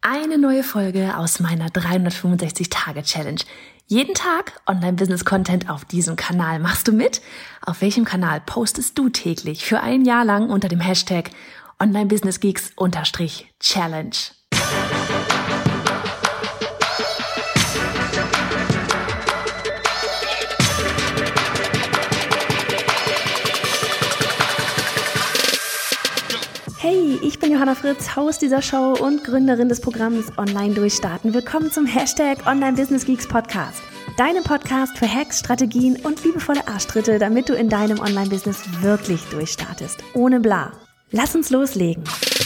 Eine neue Folge aus meiner 365-Tage-Challenge. Jeden Tag Online-Business-Content auf diesem Kanal. Machst du mit? Auf welchem Kanal postest du täglich für ein Jahr lang unter dem Hashtag Online-Business-Geeks_Challenge? Hey, ich bin Johanna Fritz, Host dieser Show und Gründerin des Programms Online Durchstarten. Willkommen zum Hashtag Online-Business-Geeks Podcast. Deinem Podcast für Hacks, Strategien und liebevolle Arschtritte, damit du in deinem Online-Business wirklich durchstartest. Ohne bla. Lass uns loslegen.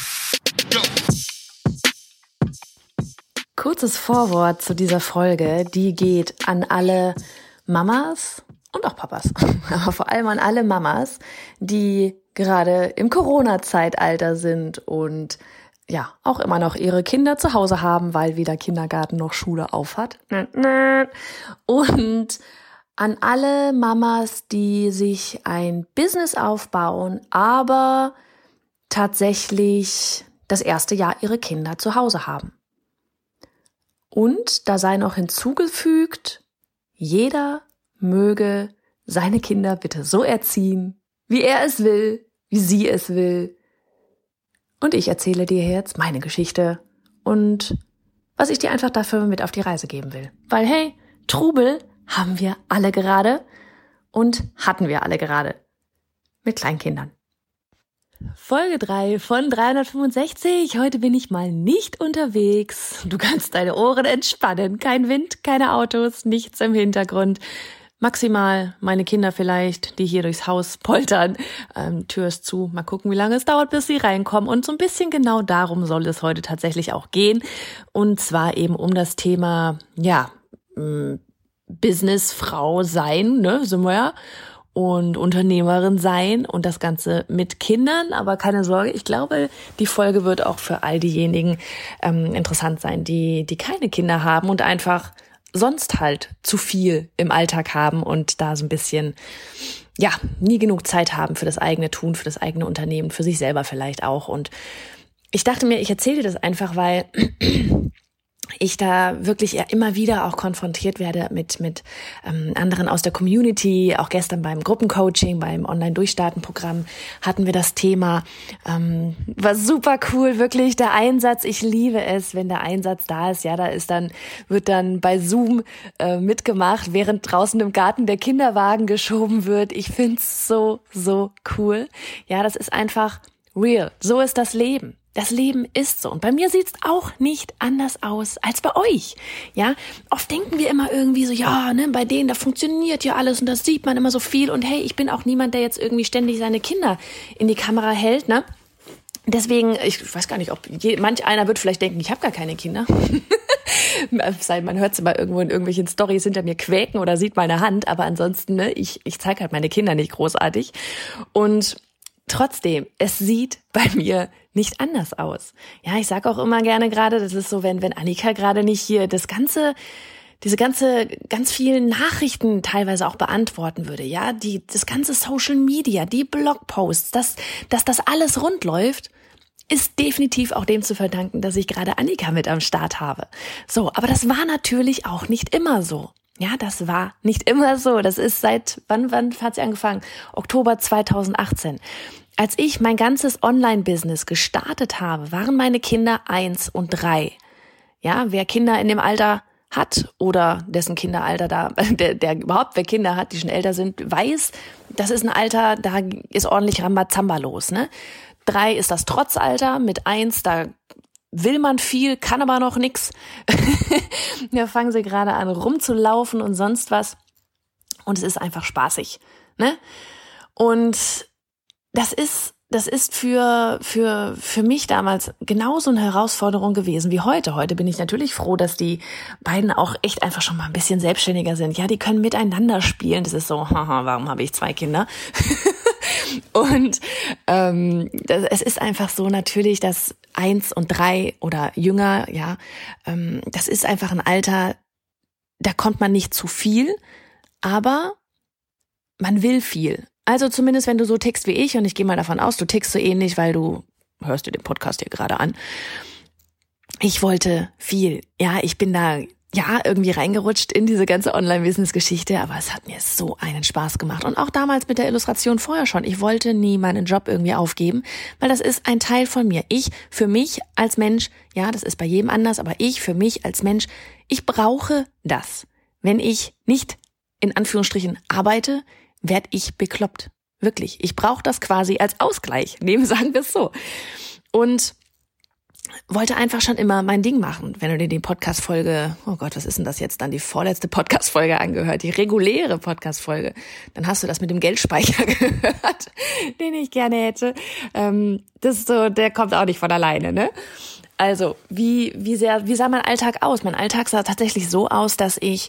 Kurzes Vorwort zu dieser Folge, die geht an alle Mamas und auch Papas, aber vor allem an alle Mamas, die gerade im Corona-Zeitalter sind und ja, auch immer noch ihre Kinder zu Hause haben, weil weder Kindergarten noch Schule auf hat. Und an alle Mamas, die sich ein Business aufbauen, aber tatsächlich das erste Jahr ihre Kinder zu Hause haben. Und da sei noch hinzugefügt, jeder möge seine Kinder bitte so erziehen, wie er es will, wie sie es will. Und ich erzähle dir jetzt meine Geschichte und was ich dir einfach dafür mit auf die Reise geben will. Weil hey, Trubel haben wir alle gerade und hatten wir alle gerade mit Kleinkindern. Folge 3 von 365. Heute bin ich mal nicht unterwegs. Du kannst deine Ohren entspannen. Kein Wind, keine Autos, nichts im Hintergrund. Maximal meine Kinder vielleicht, die hier durchs Haus poltern. Tür ist zu. Mal gucken, wie lange es dauert, bis sie reinkommen. Und so ein bisschen genau darum soll es heute tatsächlich auch gehen. Und zwar eben um das Thema, Businessfrau sein, ne, sind wir ja. Und Unternehmerin sein und das Ganze mit Kindern. Aber keine Sorge, ich glaube, die Folge wird auch für all diejenigen interessant sein, die keine Kinder haben und einfach sonst halt zu viel im Alltag haben und da so ein bisschen, nie genug Zeit haben für das eigene Tun, für das eigene Unternehmen, für sich selber vielleicht auch. Und ich dachte mir, ich erzähle dir das einfach, weil ich da wirklich immer wieder auch konfrontiert werde mit anderen aus der Community. Auch gestern beim Gruppencoaching, beim Online-Durchstarten-Programm hatten wir das Thema. War super cool, wirklich der Einsatz. Ich liebe es, wenn der Einsatz da ist. Ja, wird dann bei Zoom mitgemacht, während draußen im Garten der Kinderwagen geschoben wird. Ich find's so cool. Ja, das ist einfach real. So ist das Leben. Das Leben ist so. Und bei mir sieht's auch nicht anders aus als bei euch. Ja, oft denken wir immer irgendwie so, bei denen, da funktioniert ja alles und das sieht man immer so viel. Und hey, ich bin auch niemand, der jetzt irgendwie ständig seine Kinder in die Kamera hält, ne? Deswegen, ich weiß gar nicht, ob manch einer wird vielleicht denken, ich habe gar keine Kinder. Man hört es immer irgendwo in irgendwelchen Storys hinter mir quäken oder sieht meine Hand. Aber ansonsten, ne, ich zeige halt meine Kinder nicht großartig. Und trotzdem, es sieht bei mir nicht anders aus. Ja, ich sage auch immer gerne gerade, das ist so, wenn Annika gerade nicht hier diese ganz vielen Nachrichten teilweise auch beantworten würde, ja, das ganze Social Media, die Blogposts, dass das alles rund läuft, ist definitiv auch dem zu verdanken, dass ich gerade Annika mit am Start habe. So, aber das war natürlich auch nicht immer so. Ja, das war nicht immer so. Das ist seit, wann hat sie angefangen? Oktober 2018. Als ich mein ganzes Online-Business gestartet habe, waren meine Kinder 1 und 3. Ja, wer Kinder in dem Alter hat oder dessen Kinderalter wer Kinder hat, die schon älter sind, weiß, das ist ein Alter, da ist ordentlich Rambazamba los, ne? 3 ist das Trotzalter, mit 1, da will man viel, kann aber noch nix. Da fangen sie gerade an rumzulaufen und sonst was. Und es ist einfach spaßig, ne? Und das ist für mich damals genauso eine Herausforderung gewesen wie heute. Heute bin ich natürlich froh, dass die beiden auch echt einfach schon mal ein bisschen selbstständiger sind. Ja, die können miteinander spielen. Das ist so, warum habe ich 2 Kinder? Und es ist einfach so natürlich, dass 1 und 3 oder jünger, ja, das ist einfach ein Alter, da kommt man nicht zu viel, aber man will viel. Also zumindest, wenn du so tickst wie ich, und ich gehe mal davon aus, du tickst so ähnlich, weil du hörst dir den Podcast hier gerade an. ich wollte viel. Ja, ich bin da irgendwie reingerutscht in diese ganze Online-Business-Geschichte, aber es hat mir so einen Spaß gemacht. Und auch damals mit der Illustration vorher schon. Ich wollte nie meinen Job irgendwie aufgeben, weil das ist ein Teil von mir. Ich, für mich als Mensch, ja, das ist bei jedem anders, aber ich, für mich als Mensch, ich brauche das. Wenn ich nicht in Anführungsstrichen arbeite, werde ich bekloppt. Wirklich. Ich brauche das quasi als Ausgleich. Sagen wir es so. Und wollte einfach schon immer mein Ding machen. Wenn du dir die Podcast-Folge, oh Gott, was ist denn das jetzt dann, die vorletzte Podcast-Folge angehört, die reguläre Podcast-Folge, dann hast du das mit dem Geldspeicher gehört, den ich gerne hätte. Das ist so, der kommt auch nicht von alleine, ne? Also, wie sah mein Alltag aus? Mein Alltag sah tatsächlich so aus, dass ich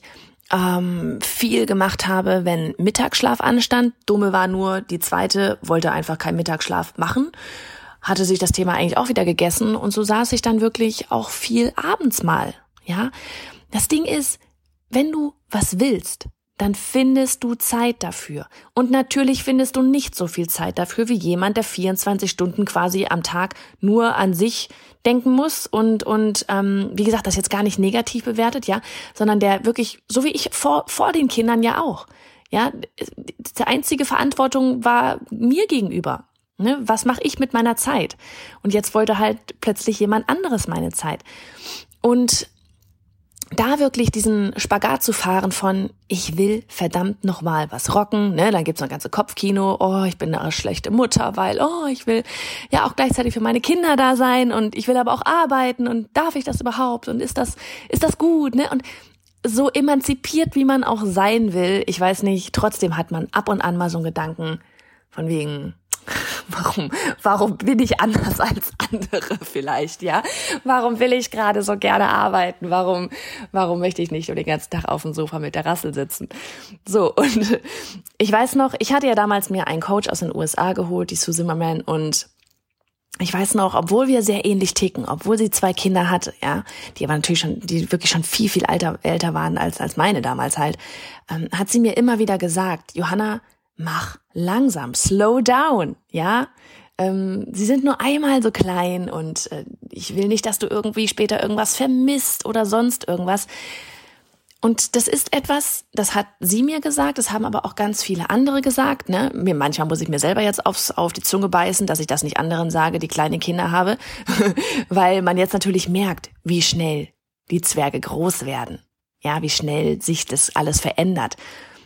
viel gemacht habe, wenn Mittagsschlaf anstand. Dumme war nur, die zweite wollte einfach keinen Mittagsschlaf machen. Hatte sich das Thema eigentlich auch wieder gegessen und so saß ich dann wirklich auch viel abends mal, ja. Das Ding ist, wenn du was willst, dann findest du Zeit dafür. Und natürlich findest du nicht so viel Zeit dafür wie jemand, der 24 Stunden quasi am Tag nur an sich denken muss und wie gesagt, das jetzt gar nicht negativ bewertet, ja, sondern der wirklich, so wie ich vor den Kindern ja auch, ja, die einzige Verantwortung war mir gegenüber. Ne, was mache ich mit meiner Zeit? Und jetzt wollte halt plötzlich jemand anderes meine Zeit. Und da wirklich diesen Spagat zu fahren von, ich will verdammt nochmal was rocken, ne, dann gibt's noch ganze Kopfkino, oh, ich bin eine schlechte Mutter, weil, oh, ich will ja auch gleichzeitig für meine Kinder da sein und ich will aber auch arbeiten und darf ich das überhaupt und ist das gut, ne? Und so emanzipiert, wie man auch sein will, ich weiß nicht, trotzdem hat man ab und an mal so einen Gedanken von wegen, warum bin ich anders als andere vielleicht, ja? Warum will ich gerade so gerne arbeiten? Warum möchte ich nicht nur den ganzen Tag auf dem Sofa mit der Rassel sitzen? So, und ich weiß noch, ich hatte ja damals mir einen Coach aus den USA geholt, die Sue Zimmerman, und ich weiß noch, obwohl wir sehr ähnlich ticken, obwohl sie 2 Kinder hatte, ja, die aber natürlich schon, die wirklich schon viel älter waren als meine damals halt, hat sie mir immer wieder gesagt, Johanna, mach langsam, slow down, ja. Sie sind nur einmal so klein und ich will nicht, dass du irgendwie später irgendwas vermisst oder sonst irgendwas. Und das ist etwas, das hat sie mir gesagt, das haben aber auch ganz viele andere gesagt, ne? Manchmal muss ich mir selber jetzt auf die Zunge beißen, dass ich das nicht anderen sage, die kleine Kinder habe, weil man jetzt natürlich merkt, wie schnell die Zwerge groß werden, ja, wie schnell sich das alles verändert.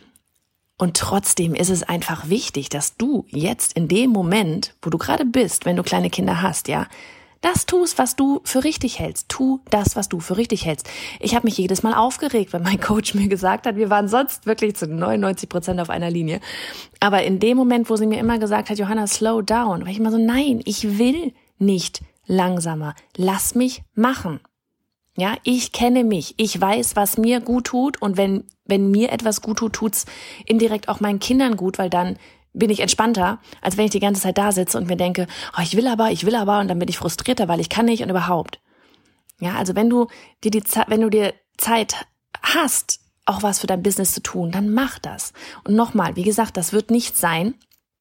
Und trotzdem ist es einfach wichtig, dass du jetzt in dem Moment, wo du gerade bist, wenn du kleine Kinder hast, ja, das tust, was du für richtig hältst. Tu das, was du für richtig hältst. Ich habe mich jedes Mal aufgeregt, wenn mein Coach mir gesagt hat, wir waren sonst wirklich zu 99% auf einer Linie. Aber in dem Moment, wo sie mir immer gesagt hat, Johanna, slow down, war ich immer so, nein, ich will nicht langsamer. Lass mich machen. Ja, ich kenne mich. Ich weiß, was mir gut tut. Und wenn mir etwas gut tut, tut's indirekt auch meinen Kindern gut, weil dann bin ich entspannter, als wenn ich die ganze Zeit da sitze und mir denke, oh, ich will aber, und dann bin ich frustrierter, weil ich kann nicht und überhaupt. Ja, also wenn du dir Zeit hast, auch was für dein Business zu tun, dann mach das. Und nochmal, wie gesagt, das wird nicht sein,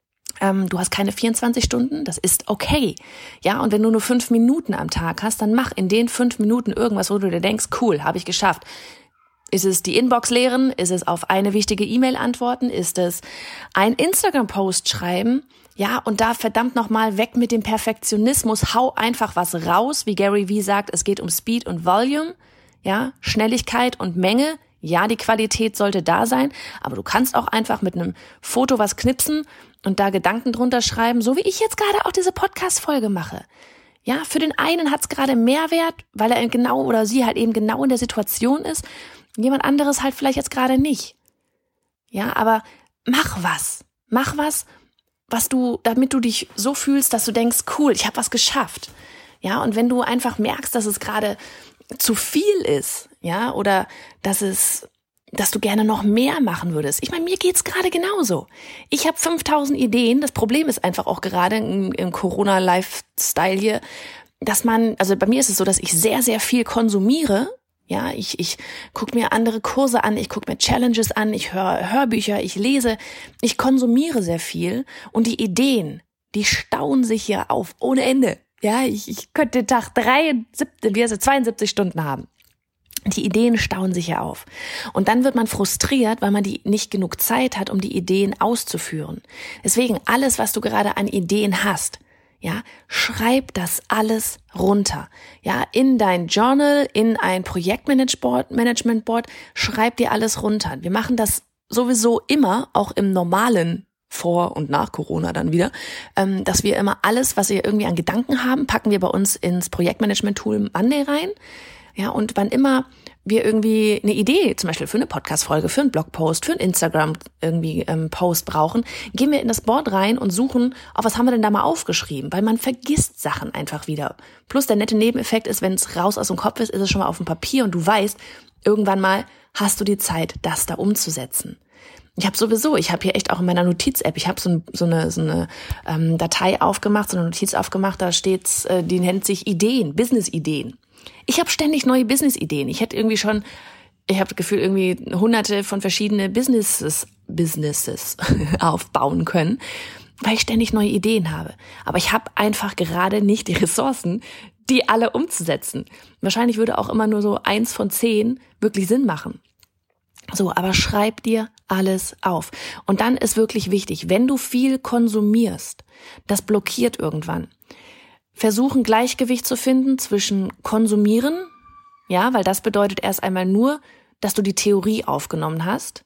du hast keine 24 Stunden, das ist okay. Ja, und wenn du nur 5 Minuten am Tag hast, dann mach in den 5 Minuten irgendwas, wo du dir denkst, cool, habe ich geschafft. Ist es die Inbox leeren? Ist es auf eine wichtige E-Mail antworten? Ist es ein Instagram-Post schreiben? Ja, und da verdammt nochmal weg mit dem Perfektionismus. Hau einfach was raus. Wie Gary Vee sagt, es geht um Speed und Volume. Ja, Schnelligkeit und Menge. Ja, die Qualität sollte da sein. Aber du kannst auch einfach mit einem Foto was knipsen und da Gedanken drunter schreiben, so wie ich jetzt gerade auch diese Podcast-Folge mache. Ja, für den einen hat's gerade Mehrwert, weil er genau oder sie halt eben genau in der Situation ist. Jemand anderes halt vielleicht jetzt gerade nicht. Ja, aber mach was, damit du dich so fühlst, dass du denkst, cool, ich habe was geschafft. Ja, und wenn du einfach merkst, dass es gerade zu viel ist, ja, oder dass du gerne noch mehr machen würdest. Ich meine, mir geht's gerade genauso. Ich habe 5000 Ideen. Das Problem ist einfach auch gerade im Corona-Lifestyle hier, also bei mir ist es so, dass ich sehr, sehr viel konsumiere. Ja, ich gucke mir andere Kurse an, ich gucke mir Challenges an, ich höre Hörbücher, ich lese, ich konsumiere sehr viel und die Ideen, die stauen sich hier auf ohne Ende. Ja, ich könnte den Tag 72 Stunden haben. Die Ideen stauen sich ja auf. Und dann wird man frustriert, weil man nicht genug Zeit hat, um die Ideen auszuführen. Deswegen alles, was du gerade an Ideen hast, ja, schreib das alles runter. Ja, in dein Journal, in ein Projektmanagement-Board, schreib dir alles runter. Wir machen das sowieso immer, auch im normalen vor und nach Corona dann wieder, dass wir immer alles, was wir irgendwie an Gedanken haben, packen wir bei uns ins Projektmanagement-Tool Monday rein. Ja, und wann immer wir irgendwie eine Idee, zum Beispiel für eine Podcast-Folge, für einen Blogpost, für einen Instagram irgendwie Post brauchen, gehen wir in das Board rein und suchen, was haben wir denn da mal aufgeschrieben, weil man vergisst Sachen einfach wieder. Plus der nette Nebeneffekt ist, wenn es raus aus dem Kopf ist es schon mal auf dem Papier und du weißt, irgendwann mal hast du die Zeit, das da umzusetzen. Ich habe hier echt auch in meiner Notiz-App, ich habe so eine Datei aufgemacht, so eine Notiz aufgemacht, da steht's, die nennt sich Ideen, Business-Ideen. Ich habe ständig neue Business-Ideen. Ich habe das Gefühl, irgendwie hunderte von verschiedenen Businesses aufbauen können, weil ich ständig neue Ideen habe. Aber ich habe einfach gerade nicht die Ressourcen, die alle umzusetzen. Wahrscheinlich würde auch immer nur so 1 von 10 wirklich Sinn machen. So, aber schreib dir alles auf. Und dann ist wirklich wichtig, wenn du viel konsumierst, das blockiert irgendwann. Versuchen, Gleichgewicht zu finden zwischen konsumieren, ja, weil das bedeutet erst einmal nur, dass du die Theorie aufgenommen hast.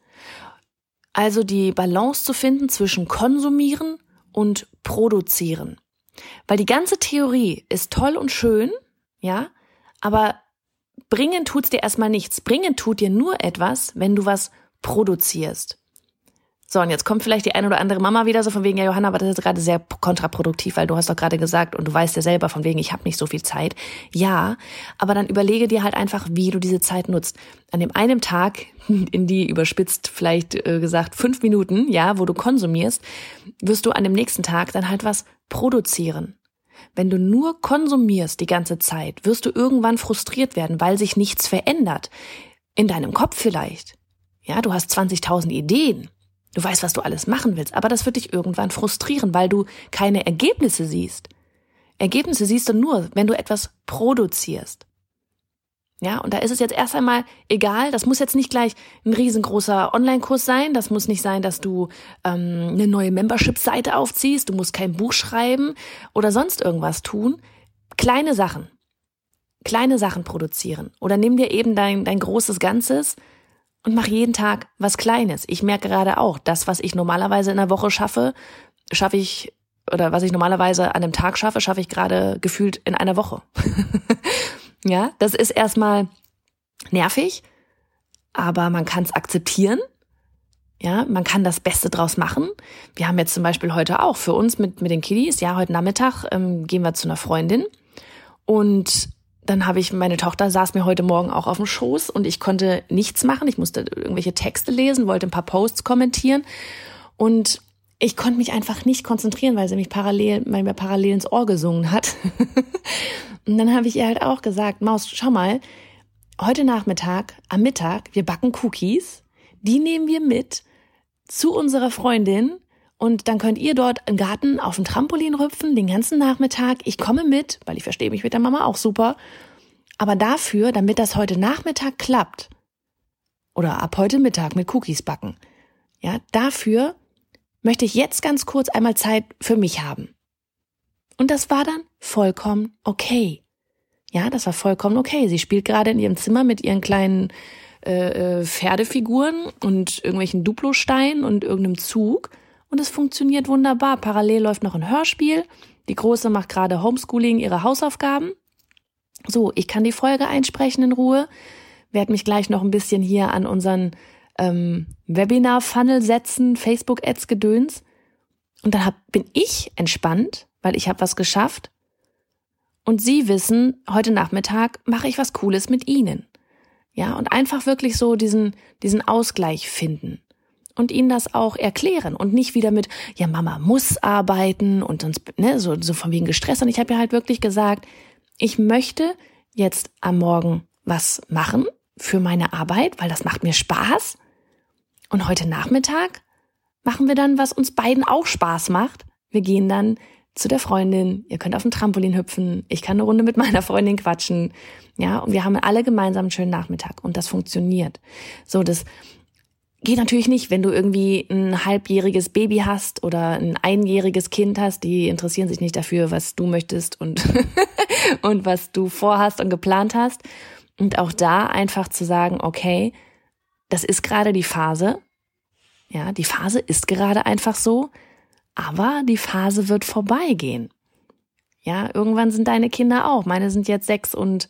Also die Balance zu finden zwischen konsumieren und produzieren. Weil die ganze Theorie ist toll und schön, ja, aber bringen tut's dir erstmal nichts. Bringen tut dir nur etwas, wenn du was produzierst. So, und jetzt kommt vielleicht die eine oder andere Mama wieder so von wegen, ja Johanna, aber das ist gerade sehr kontraproduktiv, weil du hast doch gerade gesagt und du weißt ja selber von wegen, ich habe nicht so viel Zeit. Ja, aber dann überlege dir halt einfach, wie du diese Zeit nutzt. An dem einen Tag, in die überspitzt vielleicht gesagt 5 Minuten, ja, wo du konsumierst, wirst du an dem nächsten Tag dann halt was produzieren. Wenn du nur konsumierst die ganze Zeit, wirst du irgendwann frustriert werden, weil sich nichts verändert. In deinem Kopf vielleicht. Ja, du hast 20.000 Ideen. Du weißt, was du alles machen willst, aber das wird dich irgendwann frustrieren, weil du keine Ergebnisse siehst. Ergebnisse siehst du nur, wenn du etwas produzierst. Ja, und da ist es jetzt erst einmal egal, das muss jetzt nicht gleich ein riesengroßer Online-Kurs sein, das muss nicht sein, dass du eine neue Membership-Seite aufziehst, du musst kein Buch schreiben oder sonst irgendwas tun. Kleine Sachen produzieren oder nimm dir eben dein großes Ganzes und mach jeden Tag was Kleines. Ich merke gerade auch, das, was ich normalerweise in der Woche schaffe, was ich normalerweise an einem Tag schaffe ich gerade gefühlt in einer Woche. Ja, das ist erstmal nervig, aber man kann es akzeptieren. Ja, man kann das Beste draus machen. Wir haben jetzt zum Beispiel heute auch für uns mit den Kiddies, ja, heute Nachmittag gehen wir zu einer Freundin und dann meine Tochter saß mir heute Morgen auch auf dem Schoß und ich konnte nichts machen. Ich musste irgendwelche Texte lesen, wollte ein paar Posts kommentieren und ich konnte mich einfach nicht konzentrieren, weil sie mir parallel ins Ohr gesungen hat. Und dann habe ich ihr halt auch gesagt, Maus, schau mal, heute Nachmittag, am Mittag, wir backen Cookies, die nehmen wir mit zu unserer Freundin und dann könnt ihr dort im Garten auf dem Trampolin hüpfen, den ganzen Nachmittag. Ich komme mit, weil ich verstehe mich mit der Mama auch super. Aber dafür, damit das heute Nachmittag klappt, oder ab heute Mittag mit Cookies backen, ja, dafür möchte ich jetzt ganz kurz einmal Zeit für mich haben. Und das war dann vollkommen okay. Ja, das war vollkommen okay. Sie spielt gerade in ihrem Zimmer mit ihren kleinen Pferdefiguren und irgendwelchen Duplosteinen und irgendeinem Zug. Und es funktioniert wunderbar. Parallel läuft noch ein Hörspiel. Die Große macht gerade Homeschooling, ihre Hausaufgaben. So, ich kann die Folge einsprechen in Ruhe. Werde mich gleich noch ein bisschen hier an unseren Webinar-Funnel setzen, Facebook-Ads-Gedöns. Und dann bin ich entspannt, weil ich habe was geschafft. Und Sie wissen, heute Nachmittag mache ich was Cooles mit Ihnen. Ja, und einfach wirklich so diesen Ausgleich finden. Und Ihnen das auch erklären und nicht wieder mit, ja, Mama muss arbeiten und sonst, ne, so von wegen gestresst. Und ich habe ja halt wirklich gesagt, ich möchte jetzt am Morgen was machen für meine Arbeit, weil das macht mir Spaß. Und heute Nachmittag machen wir dann, was uns beiden auch Spaß macht. Wir gehen dann zu der Freundin, ihr könnt auf dem Trampolin hüpfen, ich kann eine Runde mit meiner Freundin quatschen, ja, und wir haben alle gemeinsam einen schönen Nachmittag und das funktioniert. So, das geht natürlich nicht, wenn du irgendwie ein halbjähriges Baby hast oder ein einjähriges Kind hast, die interessieren sich nicht dafür, was du möchtest und, und was du vorhast und geplant hast. Und auch da einfach zu sagen, okay, das ist gerade die Phase, ja, die Phase ist gerade einfach so, aber die Phase wird vorbeigehen. Ja, irgendwann sind deine Kinder auch. Meine sind jetzt 6 und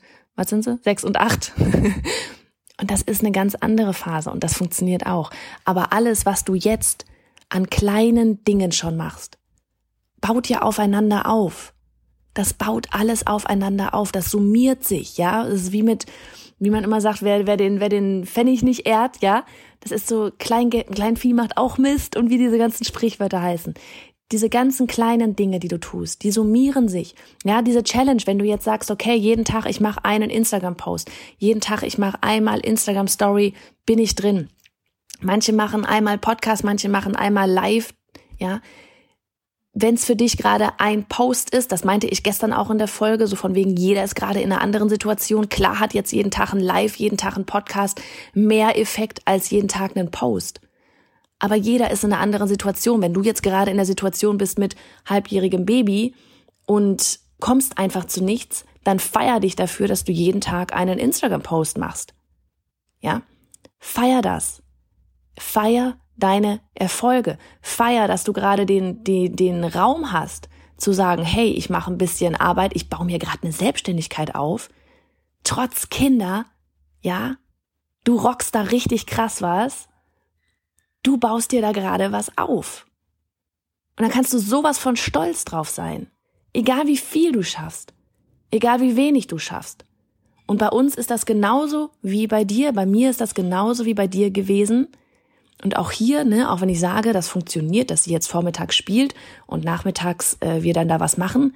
8. Und das ist eine ganz andere Phase und das funktioniert auch. Aber alles, was du jetzt an kleinen Dingen schon machst, baut ja aufeinander auf. Das baut alles aufeinander auf. Das summiert sich, ja. Es ist wie man immer sagt, wer den Pfennig nicht ehrt, ja. Das ist so, Kleinvieh macht auch Mist und wie diese ganzen Sprichwörter heißen. Diese ganzen kleinen Dinge, die du tust, die summieren sich. Ja, diese Challenge, wenn du jetzt sagst, okay, jeden Tag ich mache einen Instagram-Post, jeden Tag ich mache einmal Instagram-Story, bin ich drin. Manche machen einmal Podcast, manche machen einmal live, ja. Wenn es für dich gerade ein Post ist, das meinte ich gestern auch in der Folge, so von wegen jeder ist gerade in einer anderen Situation. Klar hat jetzt jeden Tag ein Live, jeden Tag ein Podcast mehr Effekt als jeden Tag einen Post. Aber jeder ist in einer anderen Situation. Wenn du jetzt gerade in der Situation bist mit halbjährigem Baby und kommst einfach zu nichts, dann feier dich dafür, dass du jeden Tag einen Instagram-Post machst. Ja? Feier das. Feier deine Erfolge. Feier, dass du gerade den Raum hast, zu sagen, hey, ich mache ein bisschen Arbeit, ich baue mir gerade eine Selbstständigkeit auf. Trotz Kinder, ja, du rockst da richtig krass was. Du baust dir da gerade was auf. Und dann kannst du sowas von stolz drauf sein. Egal wie viel du schaffst. Egal wie wenig du schaffst. Und bei uns ist das genauso wie bei dir. Bei mir ist das genauso wie bei dir gewesen. Und auch hier, ne, auch wenn ich sage, das funktioniert, dass sie jetzt vormittags spielt und nachmittags wir dann da was machen,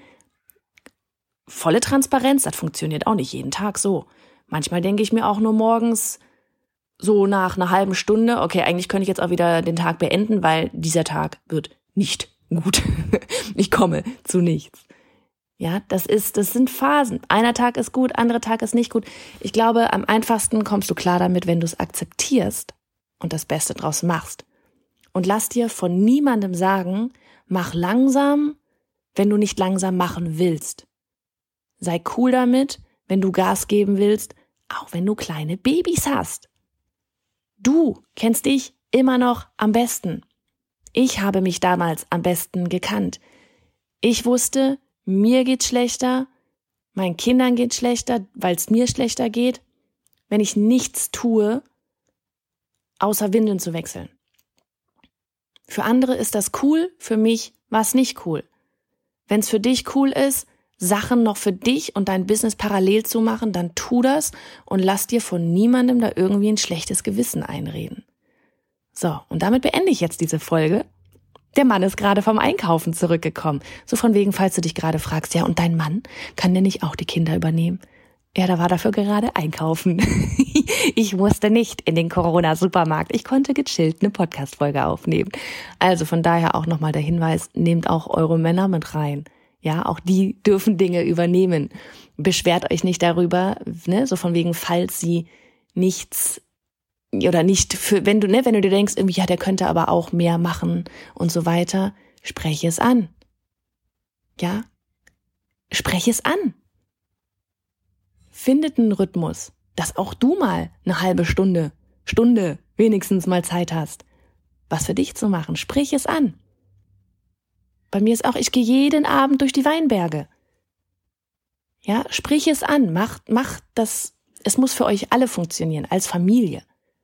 volle Transparenz, das funktioniert auch nicht jeden Tag so. Manchmal denke ich mir auch nur morgens so nach einer halben Stunde, okay, eigentlich könnte ich jetzt auch wieder den Tag beenden, weil dieser Tag wird nicht gut. Ich komme zu nichts. Ja, das sind Phasen. Einer Tag ist gut, andere Tag ist nicht gut. Ich glaube, am einfachsten kommst du klar damit, wenn du es akzeptierst und das Beste draus machst. Und lass dir von niemandem sagen, mach langsam, wenn du nicht langsam machen willst. Sei cool damit, wenn du Gas geben willst, auch wenn du kleine Babys hast. Du kennst dich immer noch am besten. Ich habe mich damals am besten gekannt. Ich wusste, mir geht's schlechter, meinen Kindern geht's schlechter, weil es mir schlechter geht, wenn ich nichts tue, außer Windeln zu wechseln. Für andere ist das cool, für mich war es nicht cool. Wenn es für dich cool ist, Sachen noch für dich und dein Business parallel zu machen, dann tu das und lass dir von niemandem da irgendwie ein schlechtes Gewissen einreden. So, und damit beende ich jetzt diese Folge. Der Mann ist gerade vom Einkaufen zurückgekommen. So von wegen, falls du dich gerade fragst, ja, und dein Mann, kann der nicht auch die Kinder übernehmen? Ja, da war dafür gerade einkaufen. Ich musste nicht in den Corona-Supermarkt. Ich konnte gechillt eine Podcast-Folge aufnehmen. Also von daher auch nochmal der Hinweis, nehmt auch eure Männer mit rein. Ja, auch die dürfen Dinge übernehmen. Beschwert euch nicht darüber, ne, so von wegen, falls sie nichts oder nicht für, wenn du dir denkst, irgendwie, ja, der könnte aber auch mehr machen und so weiter, spreche es an. Ja, spreche es an. Findet einen Rhythmus, dass auch du mal eine halbe Stunde wenigstens mal Zeit hast, was für dich zu machen. Sprich es an. Bei mir ist auch, ich gehe jeden Abend durch die Weinberge. Ja, sprich es an. Mach das. Es muss für euch alle funktionieren, als Familie.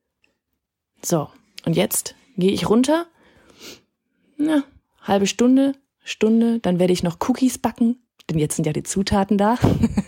So, und jetzt gehe ich runter. Na, halbe Stunde, dann werde ich noch Cookies backen, denn jetzt sind ja die Zutaten da.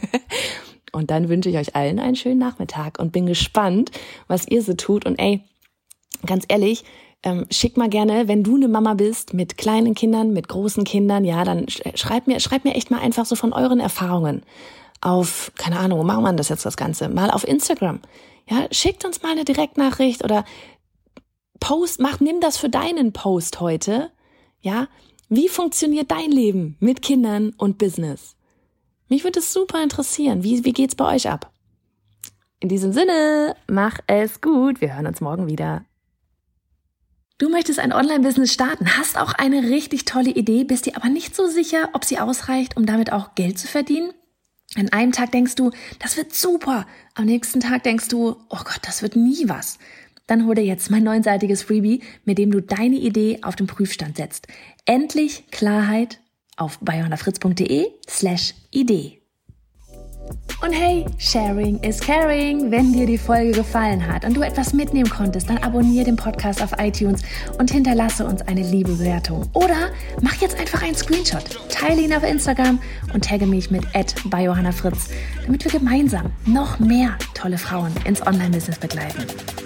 Und dann wünsche ich euch allen einen schönen Nachmittag und bin gespannt, was ihr so tut. Und ey, ganz ehrlich, schick mal gerne, wenn du eine Mama bist mit kleinen Kindern, mit großen Kindern, ja, dann schreib mir echt mal einfach so von euren Erfahrungen auf, keine Ahnung, wo macht man das jetzt das Ganze? Mal auf Instagram. Ja, schickt uns mal eine Direktnachricht oder nimm das für deinen Post heute, ja, Wie funktioniert dein Leben mit Kindern und Business? Mich würde es super interessieren. Wie geht's bei euch ab? In diesem Sinne, mach es gut. Wir hören uns morgen wieder. Du möchtest ein Online-Business starten, hast auch eine richtig tolle Idee, bist dir aber nicht so sicher, ob sie ausreicht, um damit auch Geld zu verdienen? An einem Tag denkst du, das wird super. Am nächsten Tag denkst du, oh Gott, das wird nie was. Dann hol dir jetzt mein 9-seitiges Freebie, mit dem du deine Idee auf den Prüfstand setzt. Endlich Klarheit auf biohannafritz.de/Idee. Und hey, Sharing is Caring. Wenn dir die Folge gefallen hat und du etwas mitnehmen konntest, dann abonniere den Podcast auf iTunes und hinterlasse uns eine liebe Bewertung. Oder mach jetzt einfach einen Screenshot, teile ihn auf Instagram und tagge mich mit @biohannafritz, damit wir gemeinsam noch mehr tolle Frauen ins Online-Business begleiten.